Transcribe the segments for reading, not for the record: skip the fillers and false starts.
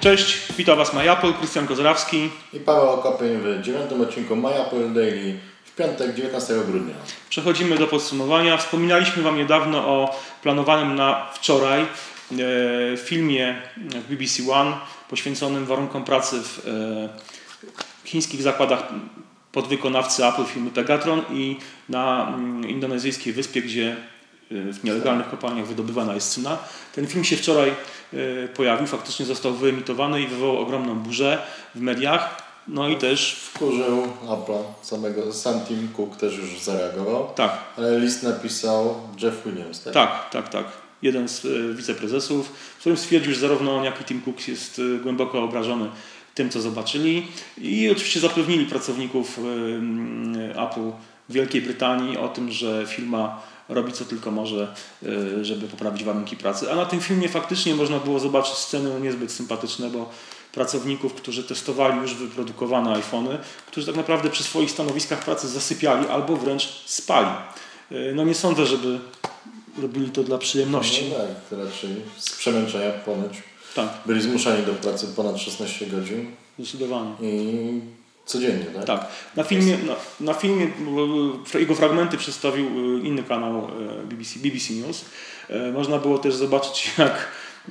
Cześć, witam Was MyApple, Krystian Kozrawski i Paweł Okopień w 9. odcinku MyApple Daily w piątek 19 grudnia. Przechodzimy do podsumowania. Wspominaliśmy Wam niedawno o planowanym na wczoraj filmie w BBC One poświęconym warunkom pracy w chińskich zakładach podwykonawcy Apple firmy Pegatron i na indonezyjskiej wyspie, gdzie w nielegalnych kopalniach wydobywana jest cyna. Ten film się wczoraj pojawił, faktycznie został wyemitowany i wywołał ogromną burzę w mediach. No i też wkurzył Apple'a, sam Tim Cook też już zareagował. Tak. Ale list napisał Jeff Williams, tak? Tak. Jeden z wiceprezesów, w którym stwierdził, że zarówno on, jak i Tim Cook jest głęboko obrażony tym, co zobaczyli. I oczywiście zapewnili pracowników Apple w Wielkiej Brytanii o tym, że firma robi co tylko może, żeby poprawić warunki pracy. A na tym filmie faktycznie można było zobaczyć sceny niezbyt sympatyczne, bo pracowników, którzy testowali już wyprodukowane iPhony, którzy tak naprawdę przy swoich stanowiskach pracy zasypiali albo wręcz spali. No nie sądzę, żeby robili to dla przyjemności. No tak, to raczej z przemęczenia ponoć. Tak. Byli zmuszani do pracy ponad 16 godzin. Zdecydowanie. I codziennie, tak? Tak. Na filmie jego fragmenty przedstawił inny kanał BBC News. Można było też zobaczyć, jak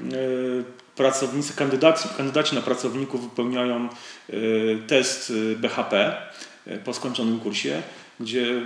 kandydaci na pracowników wypełniają test BHP po skończonym kursie, gdzie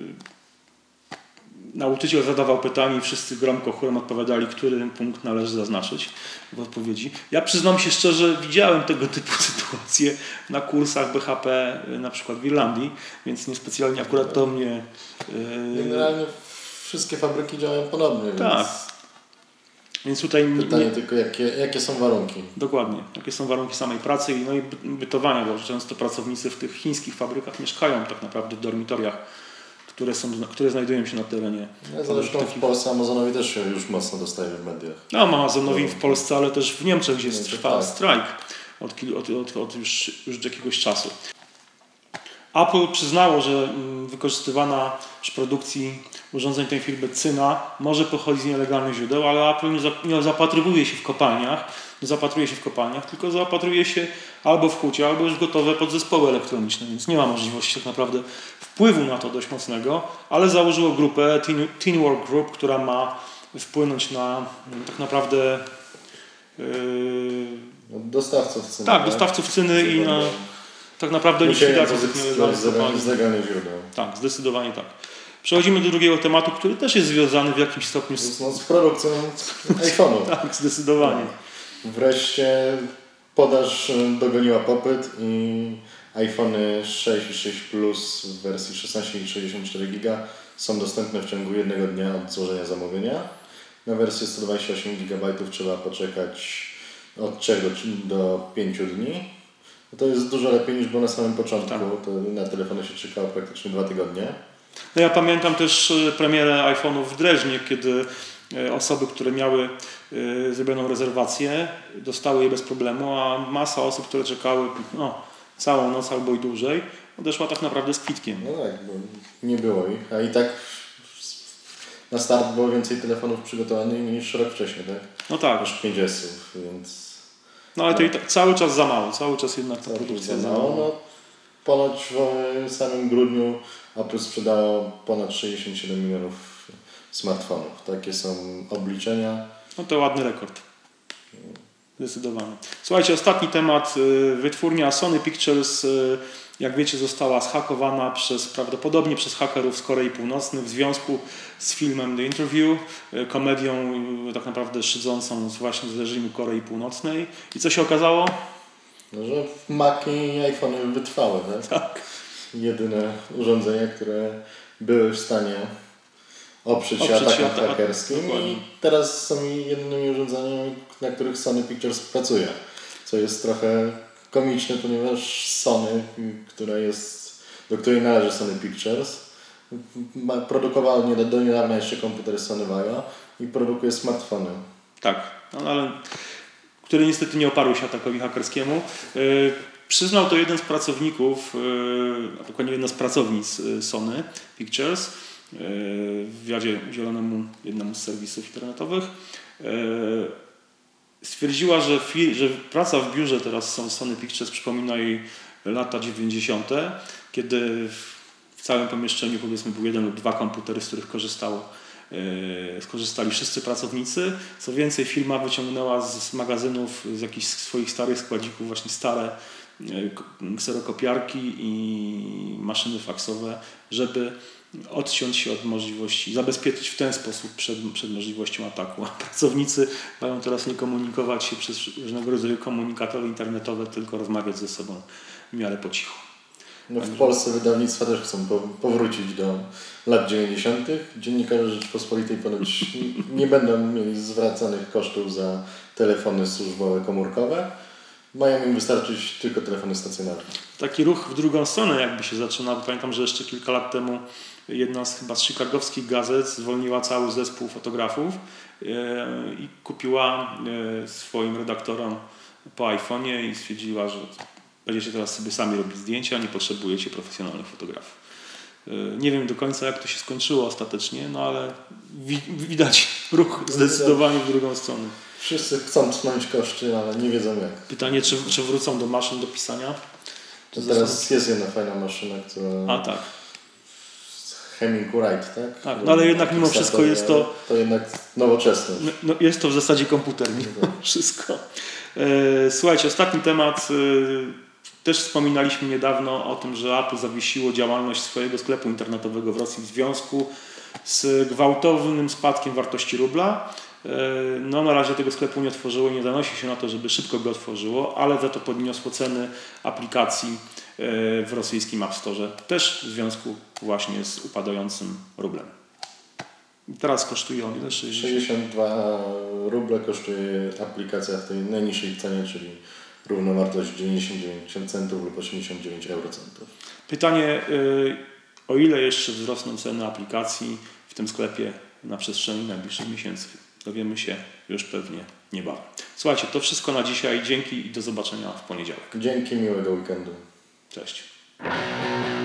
nauczyciel zadawał pytanie i wszyscy gromko chórem odpowiadali, który punkt należy zaznaczyć w odpowiedzi. Ja przyznam się szczerze, widziałem tego typu sytuacje na kursach BHP na przykład w Irlandii, więc niespecjalnie akurat to mnie... Generalnie wszystkie fabryki działają podobnie, tak. Więc tutaj pytanie tylko, jakie są warunki. Dokładnie, jakie są warunki samej pracy i bytowania, bo często pracownicy w tych chińskich fabrykach mieszkają tak naprawdę w dormitoriach, które znajdują się na terenie. Zresztą w Polsce Amazonowi też się już mocno dostaje w mediach. No, Amazonowi w Polsce, ale też w Niemczech, gdzie trwa strajk od już jakiegoś czasu. Apple przyznało, że wykorzystywana przy produkcji urządzeń tej firmy cyna może pochodzić z nielegalnych źródeł, ale Apple nie zapatruje się w kopalniach, tylko zapatruje się albo w hucie, albo już w gotowe podzespoły elektroniczne, więc nie ma możliwości tak naprawdę wpływu na to dość mocnego, ale założyło grupę Teamwork Group, która ma wpłynąć na tak naprawdę dostawców cyny. Tak, dostawców cyny i na tak naprawdę likwidację tych nielegalnych źródeł. Tak, zdecydowanie tak. Przechodzimy do drugiego tematu, który też jest związany w jakimś stopniu z produkcją iPhone'u. Tak, zdecydowanie. Wreszcie podaż dogoniła popyt i iPhony 6 i 6 Plus w wersji 16 i 64 GB są dostępne w ciągu jednego dnia od złożenia zamówienia. Na wersję 128 GB trzeba poczekać od 3 do 5 dni. To jest dużo lepiej niż było na samym początku. Tak. To na telefony się czekało praktycznie 2 tygodnie. No ja pamiętam też premierę iPhone'ów w Dreźnie, kiedy osoby, które miały zrobioną rezerwację, dostały je bez problemu, a masa osób, które czekały całą noc albo i dłużej, odeszła tak naprawdę z kwitkiem. No tak, bo nie było ich, a i tak na start było więcej telefonów przygotowanych niż rok wcześniej, tak? No tak. Już 50, więc... No ale to i tak cały czas za mało, cały czas jednak ta produkcja za mało. No, ponoć w samym grudniu Apple sprzedało ponad 67 milionów smartfonów. Takie są obliczenia. No to ładny rekord. Zdecydowanie. Słuchajcie, ostatni temat. Wytwórnia Sony Pictures, jak wiecie, została zhakowana prawdopodobnie przez hakerów z Korei Północnej w związku z filmem The Interview, komedią tak naprawdę szydzącą właśnie z reżimu Korei Północnej. I co się okazało? No, że Mac i iPhone wytrwały, tak? Tak. Jedyne urządzenia, które były w stanie oprzeć się atakom hakerskim. I teraz są jedynymi urządzeniami, na których Sony Pictures pracuje. Co jest trochę komiczne, ponieważ Sony, do której należy Sony Pictures, produkowało do niedawna jeszcze komputery Sony Vaio i produkuje smartfony. Tak, ale które niestety nie oparły się atakowi hakerskiemu. Przyznał to jeden z pracowników, a dokładnie jedna z pracownic Sony Pictures w wywiadzie udzielonemu jednemu z serwisów internetowych. stwierdziła, że praca w biurze teraz Sony Pictures przypomina jej lata 90., kiedy w całym pomieszczeniu powiedzmy był 1 lub 2 komputery, z których skorzystali wszyscy pracownicy. Co więcej, firma wyciągnęła z magazynów, z jakichś swoich starych składzików właśnie stare kserokopiarki i maszyny faksowe, żeby odciąć się od możliwości, zabezpieczyć w ten sposób przed możliwością ataku. A pracownicy mają teraz nie komunikować się przez różnego rodzaju komunikatory internetowe, tylko rozmawiać ze sobą w miarę po cichu. No w Polsce wydawnictwa też chcą powrócić do lat 90. Dziennikarze Rzeczpospolitej ponoć nie będą mieli zwracanych kosztów za telefony służbowe komórkowe. Mają im wystarczyć tylko telefony stacjonarne. Taki ruch w drugą stronę jakby się zaczynał. Pamiętam, że jeszcze kilka lat temu jedna z chyba z chicagowskich gazet zwolniła cały zespół fotografów i kupiła swoim redaktorom po iPhone'ie i stwierdziła, że będziecie teraz sobie sami robić zdjęcia, nie potrzebujecie profesjonalnych fotografów. Nie wiem do końca, jak to się skończyło ostatecznie, no ale widać ruch zdecydowanie w drugą stronę. Wszyscy chcą tchnąć koszty, ale nie wiedzą jak. Pytanie, czy wrócą do maszyn do pisania? To teraz jest jedna fajna maszyna, która... A tak. Hemming Wright, tak? Tak, no ale jednak mimo wszystko jest to... To jednak nowoczesne. No, jest to w zasadzie komputer, mimo wszystko. Słuchajcie, ostatni temat. Też wspominaliśmy niedawno o tym, że Apple zawiesiło działalność swojego sklepu internetowego w Rosji w związku z gwałtownym spadkiem wartości rubla. No na razie tego sklepu nie otworzyło i nie zanosi się na to, żeby szybko go otworzyło, ale za to podniosło ceny aplikacji w rosyjskim App Store. Też w związku właśnie z upadającym rublem. I teraz kosztuje on ile? 62 ruble kosztuje aplikacja w tej najniższej cenie, czyli równowartość 99 centów lub 89 eurocentów. Pytanie, o ile jeszcze wzrosną ceny aplikacji w tym sklepie na przestrzeni najbliższych miesięcy? Dowiemy się już pewnie niebawem. Słuchajcie, to wszystko na dzisiaj. Dzięki i do zobaczenia w poniedziałek. Dzięki, miłego weekendu. Cześć.